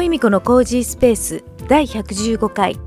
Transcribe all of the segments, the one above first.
井美子のコージースペース第115回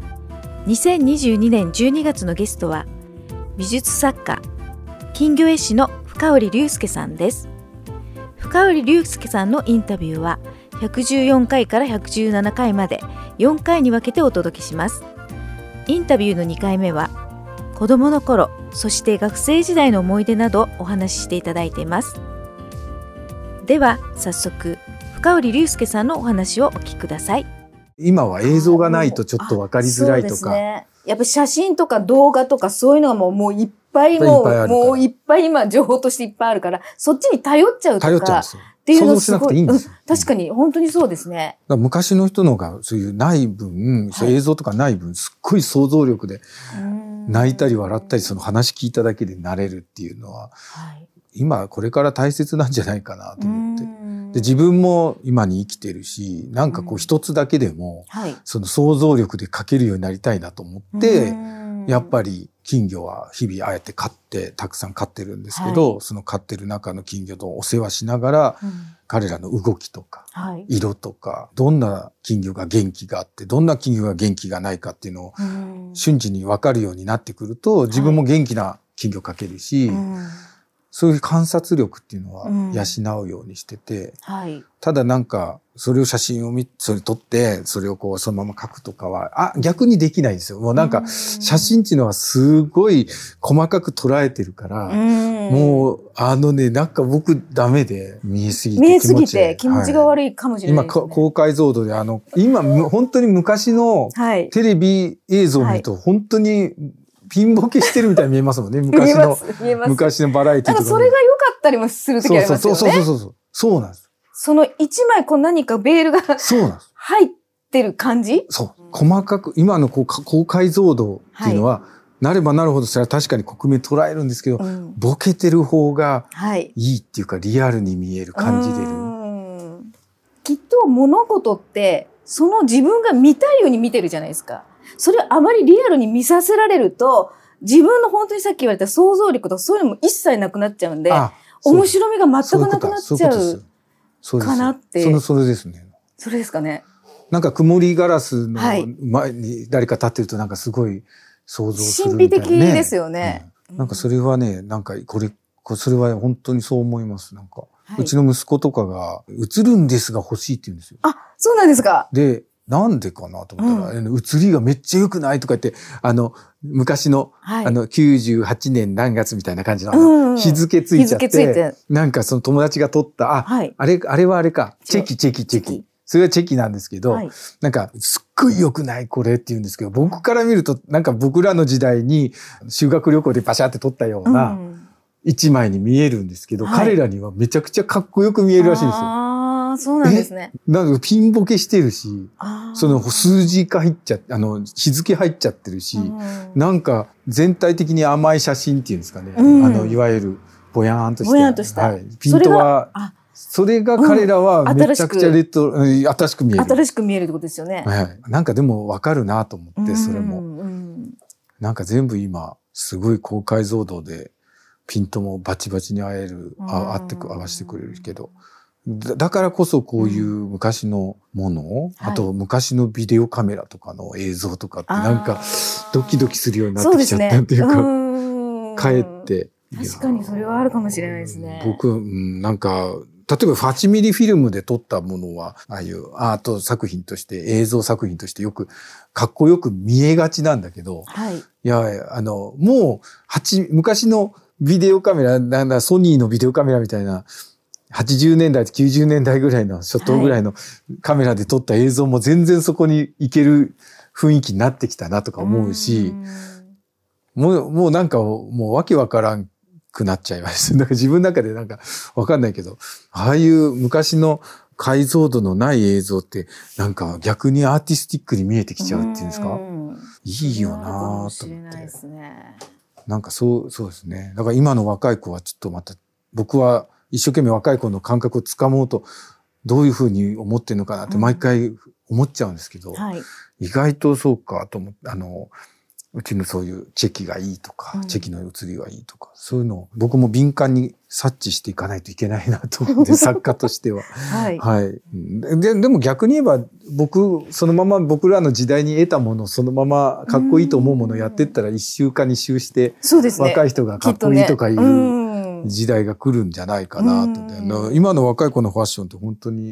2022年12月のゲストは美術作家金魚絵師の深織龍介さんです。深織龍介さんのインタビューは114回から117回まで4回に分けてお届けします。インタビューの2回目は子どもの頃、そして学生時代の思い出などお話ししていただいています。では早速深織龍介さんのお話をお聞きください。 今は映像がないとちょっと分かりづらいとか、 そうですね、やっぱ写真とか動画とかそういうのがもういっぱいもういっぱい今情報としていっぱいあるからそっちに頼っちゃうとかっていうのすごい、 想像しなくていいんですよ。 確かに本当にそうですね。 だから昔の人のがそういうない分、そういう映像とかない分すっごい想像力で泣いたり笑ったりその話聞いただけでなれるっていうのは、今これから大切なんじゃないかなと思って。で自分も今に生きてるし、なんかこう一つだけでも、その想像力で描けるようになりたいなと思って、やっぱり金魚は日々ああやって飼ってたくさん飼ってるんですけど、その飼ってる中の金魚とお世話しながら、彼らの動きとか、色とかどんな金魚が元気があってどんな金魚が元気がないかっていうのを瞬時に分かるようになってくると自分も元気な金魚描けるし、そういう観察力っていうのは養うようにしてて、ただなんかそれを写真をそれ撮ってそれをこうそのまま描くとかは逆にできないんですよ。もうなんか写真っていうのはすごい細かく捉えてるから、もうなんか僕ダメで見えすぎて気持ちが悪いかもしれないですね。 今高解像度で今本当に昔のテレビ映像を見ると本当にピンボケしてるみたいに見えますもんね。昔のバラエティとか。 それが良かったりもする時ありますよね。 そうなんです。 その一枚何かベールが入ってる感じ？ そう。細かく、今の高解像度っていうのは、なればなるほどそれは確かに克明捉えるんですけど、ボケてる方がいいっていうかリアルに見える、感じれる。 きっと物事ってその自分が見たいように見てるじゃないですか。それをあまりリアルに見させられると、自分の本当にさっき言われた想像力とかそういうのも一切なくなっちゃうんで、面白みが全くなくなっちゃうかなって。 それですね。 それですかね。 なんか曇りガラスの前に誰か立ってるとなんかすごい想像するみたいなね。 神秘的ですよね。 なんかそれはね、なんかそれは本当にそう思います。なんか、うちの息子とかが映るんですが欲しいって言うんですよ。 そうなんですか。 で、なんでかなと思ったら、写りがめっちゃ良くないとか言って、昔の、98年何月みたいな感じの、日付ついちゃって、なんかその友達が撮った、あれはあれか、チェキ。それはチェキなんですけど、なんか、すっごい良くないこれって言うんですけど、僕から見ると、なんか僕らの時代に修学旅行でパシャって撮ったような一枚に見えるんですけど、彼らにはめちゃくちゃかっこよく見えるらしいんですよ。 そうなんですね。 なんかピンボケしてるし、その数字が入っちゃって、日付入っちゃってるし、なんか全体的に甘い写真っていうんですかね。いわゆるぼやーんとした。ピントは、それが彼らはめちゃくちゃ新しく見える。 新しく見えるってことですよね。 なんかでもわかるなと思って、それも。なんか全部今、すごい高解像度で、ピントもバチバチに合わせてくれるけど、だからこそこういう昔のもの、あと昔のビデオカメラとかの映像とかってなんかドキドキするようになってきちゃったっていうか、かえって。 確かにそれはあるかもしれないですね。 僕、なんか、例えば8ミリフィルムで撮ったものは、ああいうアート作品として、映像作品としてよく、かっこよく見えがちなんだけど、いや、もう、昔のビデオカメラ、ソニーのビデオカメラみたいな、80年代と90年代ぐらいの初頭ぐらいのカメラで撮った映像も全然そこに行ける雰囲気になってきたなとか思うし、もうなんかもうわけわからんくなっちゃいました。だから自分の中でなんかわかんないけど、ああいう昔の解像度のない映像ってなんか逆にアーティスティックに見えてきちゃうっていうんですか？いいよなぁと思って。なんかそうですね。だから今の若い子はちょっとまた僕は一生懸命若い子の感覚をつかもうとどういうふうに思ってるのかなって毎回思っちゃうんですけど、意外とそうかと思って、 うちのそういうチェキがいいとか、チェキの写りがいいとか、そういうのを僕も敏感に察知していかないといけないなと思って、作家としては。 はい。 はい。でも逆に言えば、そのまま僕らの時代に得たものをそのままかっこいいと思うものをやってったら1週か2週して、 そうですね。 若い人がかっこいいとかいう時代が来るんじゃないかなと。今の若い子のファッションって本当に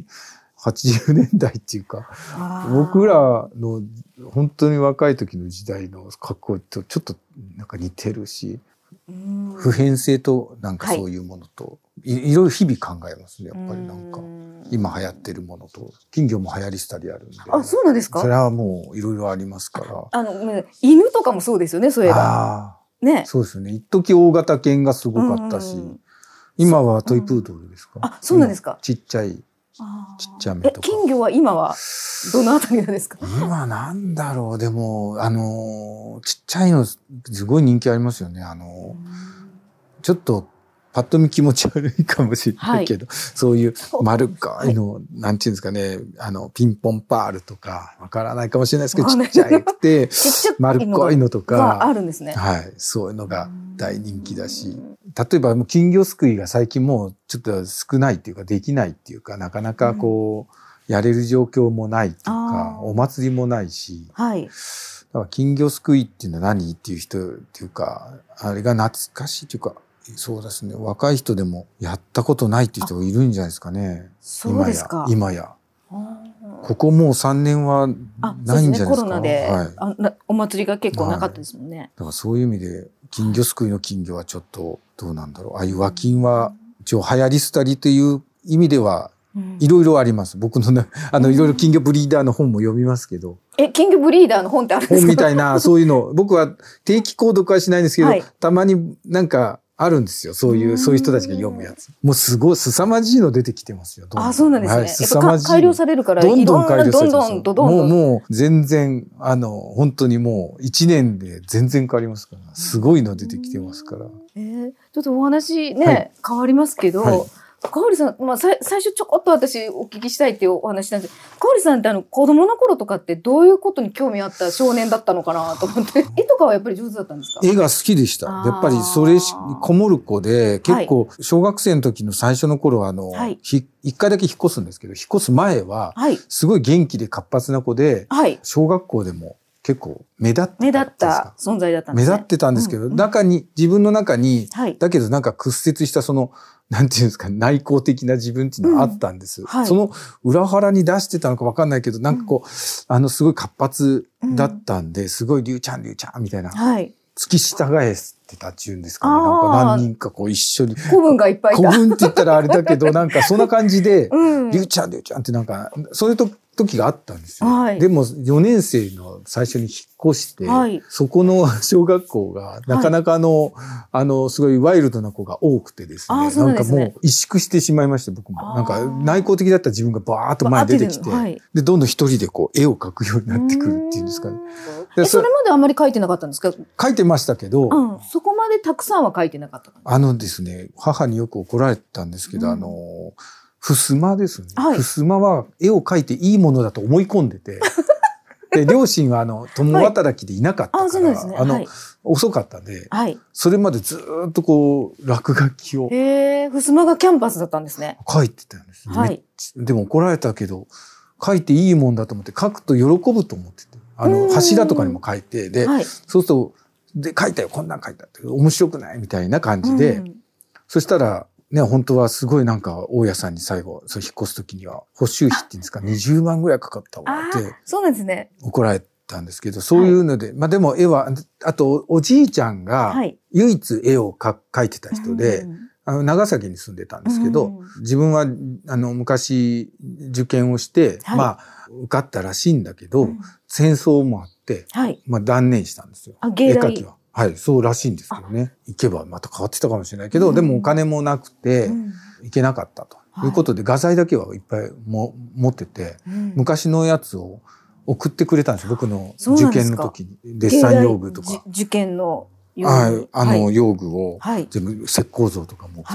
80年代っていうか、僕らの本当に若い時の時代の格好とちょっとなんか似てるし、普遍性となんかそういうものと、いろいろ日々考えますね、やっぱりなんか。今流行ってるものと、金魚も流行りしたりあるんで。 あ、そうなんですか？ それはもういろいろありますから。 犬とかもそうですよね、そういえば。ね。 そうですよね。一時大型犬がすごかったし、今はトイプードルですか？ あ、そうなんですか？ ちっちゃい。ちっちゃめとか。 金魚は今はどのあたりなんですか？ 今なんだろう。でも、ちっちゃいのすごい人気ありますよね。ちょっとパッと見気持ち悪いかもしれないけど、そういう丸っこいの、なんていうんですかね、ピンポンパールとか、わからないかもしれないですけど、ちっちゃくて、丸っこいのとか、 あるんですね。 はい。そういうのが大人気だし、例えば金魚すくいが最近もうちょっと少ないっていうか、できないっていうか、なかなかこう、やれる状況もないっていうか、お祭りもないし、 はい。 だから金魚すくいっていうのは何っていう人っていうか、あれが懐かしいっていうか、そうですね。若い人でもやったことないっていう人がいるんじゃないですかね。 そうですか。 今や。ここもう3年はないんじゃないですか。 コロナで、お祭りが結構なかったですもんね。 だからそういう意味で、金魚すくいの金魚はちょっとどうなんだろう。ああいう和金は一応流行り廃りという意味ではいろいろあります。僕のいろいろ金魚ブリーダーの本も読みますけど。 金魚ブリーダーの本ってあるんですか？ 本みたいな、そういうの。僕は定期購読はしないんですけど、たまになんか、あるんですよ。そういう人たちが読むやつ。もうすごい凄まじいの出てきてますよ。 あ、そうなんですね。はい、 凄まじい。 改良されるから、 どんどん改良されてます。 どんどん。 もう全然、本当にもう1年で全然変わりますから。すごいの出てきてますから。 ちょっとお話ね、変わりますけど、かおりさん、最初ちょこっと私お聞きしたいっていうお話なんですけど、かおりさんって子供の頃とかってどういうことに興味あった少年だったのかなと思って、絵とかはやっぱり上手だったんですか？絵が好きでした。やっぱりこもる子で、結構小学生の時の最初の頃は一回だけ引っ越すんですけど、引っ越す前は、すごい元気で活発な子で、小学校でも結構目立った存在だったんですね。 目立ってたんですけど、自分の中に、だけどなんか屈折したなんていうんですか、内向的な自分っていうのがあったんです。その裏腹に出してたのかわかんないけど、なんかこう、すごい活発だったんで、すごいりゅうちゃんみたいな。付き従えてたっていうんですかね。なんか何人かこう一緒に。 古文がいっぱいいた。 古文って言ったらあれだけど、なんかそんな感じで、りゅうちゃんってなんか、そういう時があったんですよ。でも4年生の最初に引っ越して、そこの小学校がなかなかすごいワイルドな子が多くてですね、なんかもう萎縮してしまいまして、僕も。なんか内向的だった自分がバーッと前に出てきて、で、どんどん一人でこう絵を描くようになってくるっていうんですかね。 それまであんまり描いてなかったんですか？ 描いてましたけど、 そこまでたくさんは描いてなかったですね、母によく怒られてたんですけど、襖ですね。襖は絵を描いていいものだと思い込んでて、で、両親は共働きでいなかったから、遅かったんで、それまでずっとこう、落書きを。 襖がキャンパスだったんですね。 描いてたんです。でも怒られたけど、描いていいもんだと思って、描くと喜ぶと思ってて、柱とかにも描いて、で、そうすると、で、描いたよ、こんなん描いたって、面白くないみたいな感じで、そしたら、ね、本当はすごいなんか、大家さんに最後、引っ越すときには、補修費っていうんですか、20万ぐらいかかったわって。 そうなんですね。 怒られたんですけど、そういうので、でも絵は、あと、おじいちゃんが、唯一絵を描いてた人で、長崎に住んでたんですけど、自分は、昔、受験をして、受かったらしいんだけど、戦争もあって、断念したんですよ。絵描きは。そうらしいんですけどね。行けばまた変わってたかもしれないけど、でもお金もなくて、行けなかったということで、画材だけはいっぱい持ってて、昔のやつを送ってくれたんですよ。僕の受験の時に。デッサン用具とか。 受験の用具を、全部石膏像とかも送ってくれ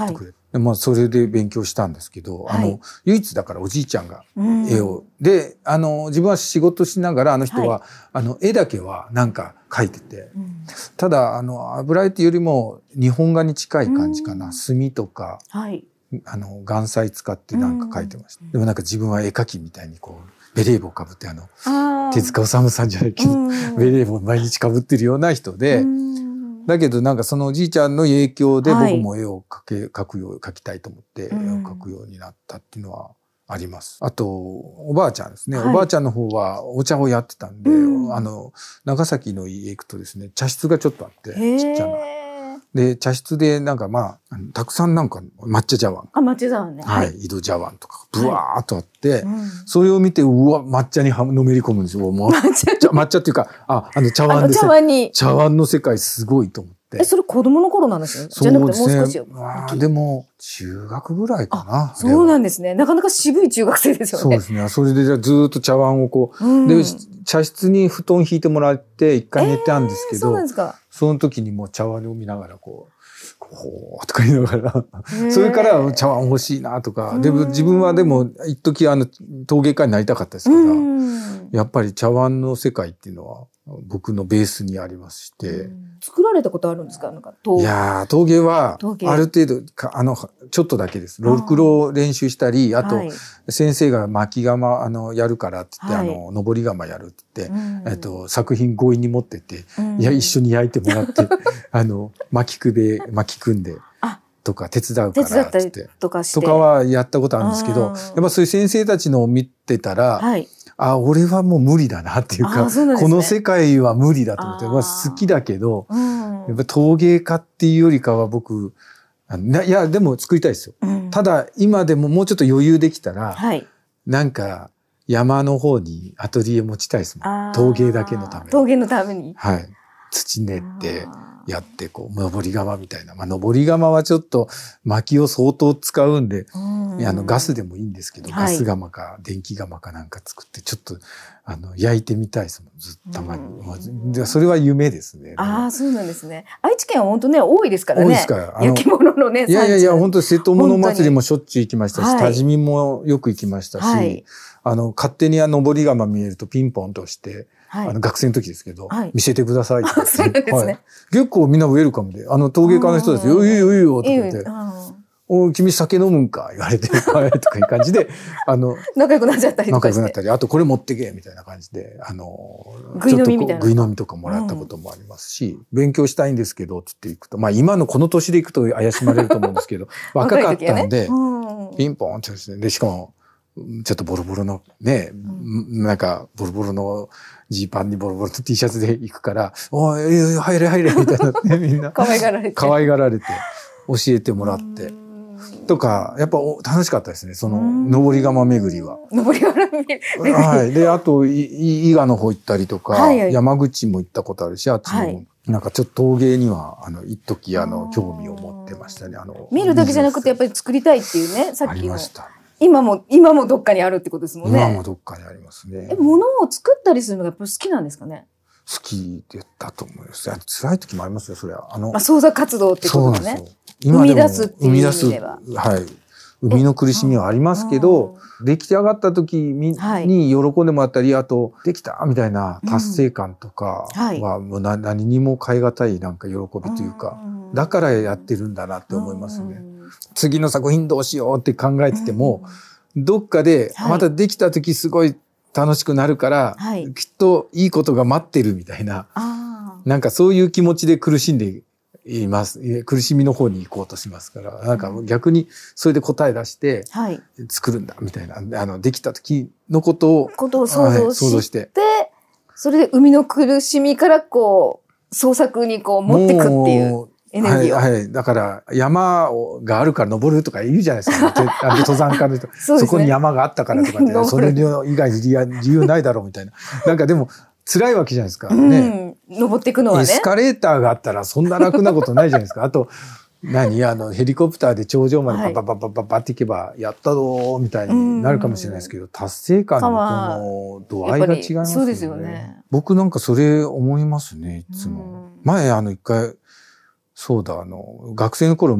でそれで勉強したんですけど、 はい、 唯一だからおじいちゃんが絵を、で、自分は仕事しながら、あの人は、絵だけはなんか描いてて、ただ、油絵っていうよりも日本画に近い感じかな。墨とか、岩彩使ってなんか描いてました。でもなんか自分は絵描きみたいにこう、ベレー帽かぶって手塚治虫さんじゃないけど、ベレー帽毎日かぶってるような人で、だけどなんかそのおじいちゃんの影響で僕も絵を描きたいと思って絵を描くようになったっていうのはあります。あとおばあちゃんですね、おばあちゃんの方はお茶をやってたんで、長崎の家行くとですね、茶室がちょっとあってちっちゃな。で、茶室でなんかたくさんなんか抹茶茶碗。 抹茶茶碗ね。 はい。井戸茶碗とか、ブワーっとあって、それを見て、うわ、抹茶にのめり込むんですよ。抹茶っていうか、茶碗ですね。茶碗の世界すごいと思って。 それ子供の頃なんですよ。じゃなくてもう少しよ。 でも、中学ぐらいかな。 そうなんですね。なかなか渋い中学生ですよね。 そうですね。それでずっと茶碗をこう、で、茶室に布団引いてもらって一回寝てあるんですけど、 そうなんですか。 その時にもう茶碗を見ながらこうとか言いながら、それから茶碗欲しいなとか、でも自分はでも一時陶芸家になりたかったですから、やっぱり茶碗の世界っていうのは僕のベースにありまして。 作られたことあるんですか？ いやー、陶芸はある程度ちょっとだけです。ろくろを練習したり、あと先生が巻き窯やるからって言って、登り窯やるって言って、作品強引に持ってって、一緒に焼いてもらって巻き組んでとか手伝うからって言ってとかはやったことあるんですけど、やっぱそういう先生たちのを見てたら、俺はもう無理だなっていうか、この世界は無理だと思って、好きだけど、やっぱ陶芸家っていうよりかは僕、いや、でも作りたいですよ。ただ、今でももうちょっと余裕できたら、なんか、山の方にアトリエ持ちたいですもん。陶芸だけのために。 陶芸のために。 はい。土練ってやって登り窯みたいな。登り窯はちょっと薪を相当使うんで、ガスでもいいんですけど、ガス窯か電気窯かなんか作ってちょっと焼いてみたいですもん。ずっとたまに。それは夢ですね。 そうなんですね。愛知県は本当ね、多いですからね。 多いですから。 焼き物のね、 いや、本当瀬戸物祭りもしょっちゅう行きましたし、多治見もよく行きましたし、勝手に登り窯見えるとピンポンとして、学生の時ですけど、見せてくださいってそうなんですね。 結構みんなウェルカムで、陶芸家の人たち、いいよ、とか言って、君酒飲むんか言われて、はい、とかいう感じで、 仲良くなっちゃったりとかして。仲良くなったり、あとこれ持ってけ、みたいな感じで、 ぐい飲みみたいな。 ぐい飲みとかもらったこともありますし、勉強したいんですけど、つって行くと、今のこの年で行くと怪しまれると思うんですけど、若かったんで、ピンポンってですね、で、しかも、ちょっとボロボロのね、なんかボロボロのジーパンにボロボロの T シャツで行くから、おい、入れ、みたいなね、みんな。 可愛がられて。 教えてもらって。とか、やっぱ楽しかったですね、その、登り窯巡りは。 登り窯巡り。 はい。で、あと、伊賀の方行ったりとか、山口も行ったことあるし、あっちも、なんかちょっと陶芸には、一時興味を持ってましたね。 見るだけじゃなくて、やっぱり作りたいっていうね、さっきの。 ありました。 今もどっかにあるってことですもんね。 今もどっかにありますね。 物を作ったりするのがやっぱり好きなんですかね。 好きだと思います。辛い時もありますよ、それは。 創作活動ってことですね。 そうなんですよ。 生み出すっていう意味では。 はい。生みの苦しみはありますけど、出来上がった時に喜んでもらったり、あと、できたみたいな達成感とかは、もう何にも代え難いなんか喜びというか、だからやってるんだなって思いますね。次の作品どうしようって考えてても、どっかでまたできた時すごい楽しくなるから、きっといいことが待ってるみたいな、なんかそういう気持ちで苦しんでいます。苦しみの方に行こうとしますから、なんか逆にそれで答え出して作るんだみたいな、できた時のことを想像して、それで生みの苦しみから創作に持ってくっていう。エネルギーを。 はい。だから、山があるから登るとか言うじゃないですか。登山家の人。そこに山があったからとかって、それ以外に理由ないだろうみたいな。なんかでも、辛いわけじゃないですか。ね。 登っていくのはね。 エスカレーターがあったらそんな楽なことないじゃないですか。あと、ヘリコプターで頂上までバッって行けば、やったぞーみたいになるかもしれないですけど、達成感のこの度合いが違いますよね。 そうですよね。 僕なんかそれ思いますね、いつも。前、一回、そうだ、学生の頃、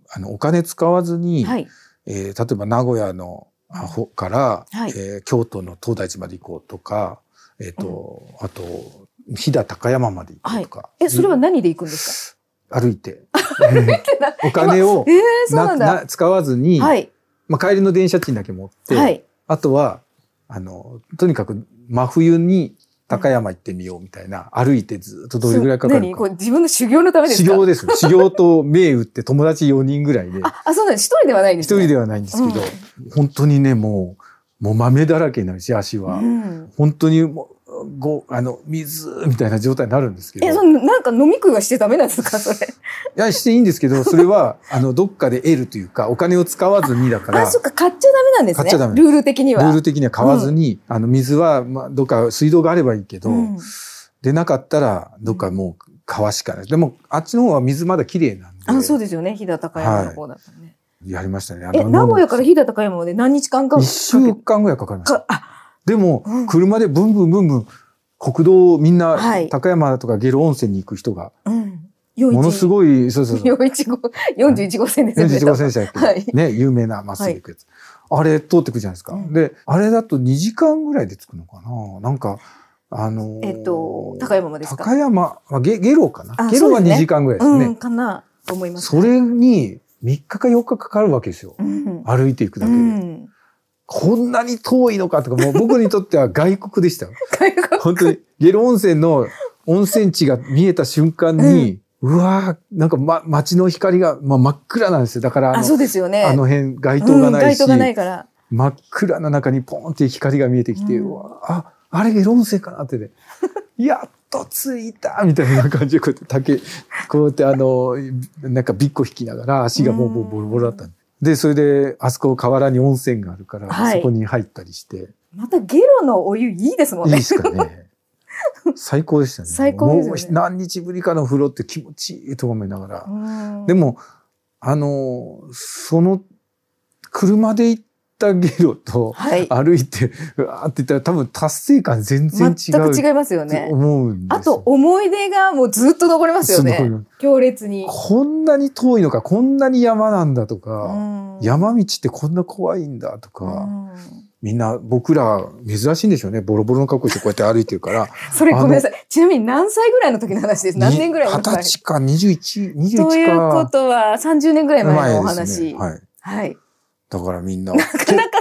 お金使わずに、 はい。 例えば名古屋のから、 はい。 京都の東大寺まで行こうとか、あと飛騨高山まで行こうとか。 それは何で行くんですか？歩いて。 かお金をそうなんだ。 使わずに、 はい。 帰りの電車賃だけ持って、 はい。 あとはとにかく真冬に高山行ってみようみたいな、歩いてずっとどれぐらいかかるか。 何これ自分の修行のためですか？ 修行です。修行と銘打って友達4人ぐらいで。 そうなんです。一人ではないんですね。 一人ではないんですけど、本当にね、もう豆だらけになるし、足は。本当に水みたいな状態になるんですけど。 なんか飲み食いはしてダメなんですか、それ。 いや、していいんですけど、それは、どっかで得るというか、お金を使わずにだから。 そっか、買っちゃダメなんですね。 買っちゃダメ。 ルール的には。 ルール的には買わずに、水は、どっか水道があればいいけど、でなかったら、どっかもう川しかない。でも、あっちの方は水まだ綺麗なんで。 そうですよね、飛騨高山の方だったね。 やりましたね。 名古屋から飛騨高山まで何日間か 1週間ぐらいかかりました。でも、車でブンブン、国道みんな、高山とか下呂温泉に行く人が、ものすごい、 41号線ですね。 41号線車ね、有名なまっすぐ行くやつ。あれ通ってくじゃないですか。で、あれだと2時間ぐらいで着くのかな。なんか、 高山までですか？ 高山、下呂かな。下呂は2時間ぐらいですね。 かなと思います。 それに3日か4日かかるわけですよ。歩いていくだけで。こんなに遠いのかとか、もう僕にとっては外国でしたよ。本当に。下呂温泉の温泉地が見えた瞬間に、うわー、なんか街の光が、真っ暗なんですよ。だからそうですよね。 辺街灯がないし、 街灯がないから。 真っ暗な中にポーンって光が見えてきて、うわあれ下呂温泉かなってね。やっと着いたみたいな感じで、こうやってなんかビッコ引きながら足がもうボロボロだったんで。で、それで、あそこ河原に温泉があるから、そこに入ったりして。 またゲロのお湯いいですもんね。 いいですかね。最高でしたね。 最高ですよね。 もう何日ぶりかの風呂って気持ちいいと思いながら。でも、その、車で行ったゲロと、歩いて、うわーって言ったら多分達成感全然違う。 全く違いますよね。 思うんですよ。 あと思い出がもうずっと残りますよね。強烈に。 こんなに遠いのか、こんなに山なんだとか、山道ってこんな怖いんだとか、みんな僕ら珍しいんでしょうね。ボロボロの格好してこうやって歩いてるから。 それごめんなさい。ちなみに何歳ぐらいの時の話です？何年ぐらいの時？ 20歳か21か。 ということは30年ぐらい前のお話。 はい。だからみんな。 なかなか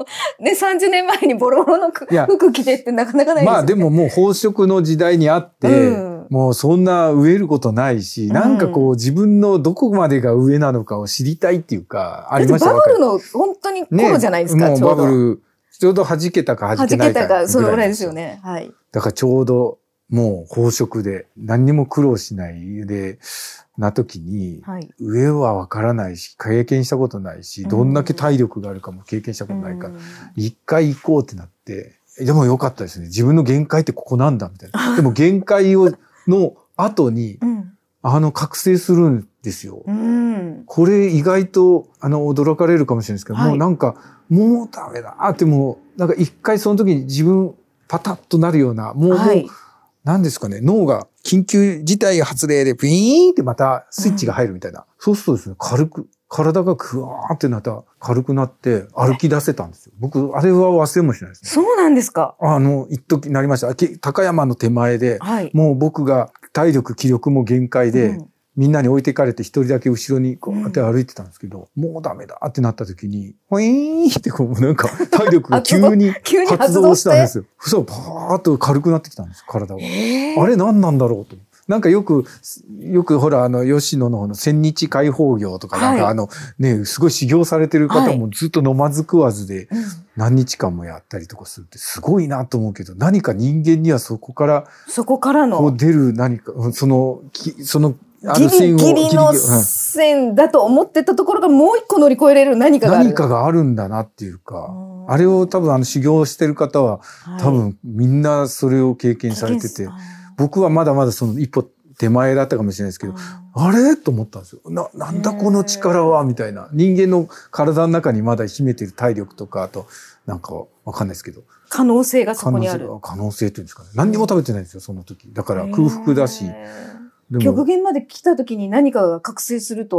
30年前にボロボロの服着てってなかなかないですよね。 でももう飽食の時代にあって、もうそんな飢えることないし、なんかこう自分のどこまでが上なのかを知りたいっていうか、ありました。 バブルの本当に頃じゃないですか、ちょうど。 バブル、ちょうど弾けたか弾けないか。弾けたか、 そのぐらいですよね。はい。 だからちょうどもう飽食で何にも苦労しないで、な時に、上はわからないし、経験したことないし、どんだけ体力があるかも経験したことないから、一回行こうってなって、でもよかったですね。自分の限界ってここなんだ、みたいな。でも限界の後に、覚醒するんですよ。これ意外と、驚かれるかもしれないですけど、もうなんか、もうダメだってもう、なんか一回その時に自分、パタッとなるような、もう、何ですかね、脳が緊急事態発令でピーンってまたスイッチが入るみたいな。そうするとですね、体がクワーってなった軽くなって歩き出せたんですよ。僕、あれは忘れもしないですね。 そうなんですか。 一時なりました。高山の手前で、もう僕が体力、気力も限界で、みんなに置いてかれて一人だけ後ろにこうやって歩いてたんですけど、もうダメだってなった時に、ウィーンってこうなんか体力が急に発動したんですよ。そう、パーッと軽くなってきたんです、体が。あれ何なんだろうと。なんかよくほら吉野の方の千日開放業とかなんかすごい修行されてる方もずっと飲まず食わずで何日間もやったりとかするってすごいなと思うけど、何か人間にはそこからのこう出る何かそのギリギリの線だと思ってたところがもう一個乗り越えれる何かがあるんだなっていうか、あれを多分修行してる方は多分みんなそれを経験されてて、僕はまだまだその一歩手前だったかもしれないですけど、あれと思ったんですよ。なんだこの力はみたいな。人間の体の中にまだ秘めている体力とか、あとなんかわかんないですけど。 可能性がそこにある。 可能性っていうんですかね。何にも食べてないんですよ、その時。だから空腹だし。 極限まで来た時に何かが覚醒すると、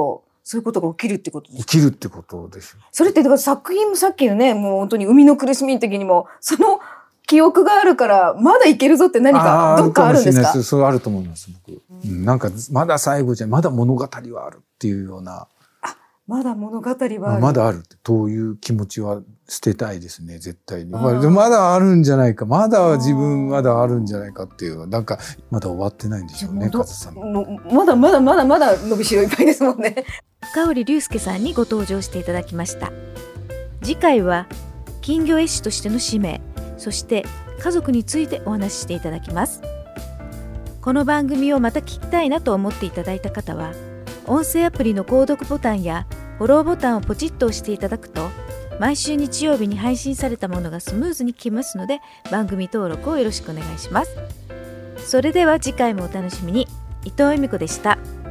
そういうことが起きるってことですか？ 起きるってことですよ。 それってだから作品もさっきのね、もう本当に生みの苦しみ的にも、その記憶があるから、まだいけるぞって何かどっかあるんですか？ それあると思います、僕。なんか、まだ最後じゃ、まだ物語はあるっていうような。 まだ物語はある。 まだあるという気持ちは捨てたいですね、絶対に。まだあるんじゃないか、まだ自分まだあるんじゃないかっていう、なんかまだ終わってないんでしょうね、カズさん。 まだ伸びしろいっぱいですもんね。 深織龍介さんにご登場していただきました。次回は金魚絵師としての使命、そして家族についてお話ししていただきます。この番組をまた聞きたいなと思っていただいた方は、音声アプリの購読ボタンやフォローボタンをポチッと押していただくと、毎週日曜日に配信されたものがスムーズに聞けますので、番組登録をよろしくお願いします。それでは次回もお楽しみに。伊藤恵美子でした。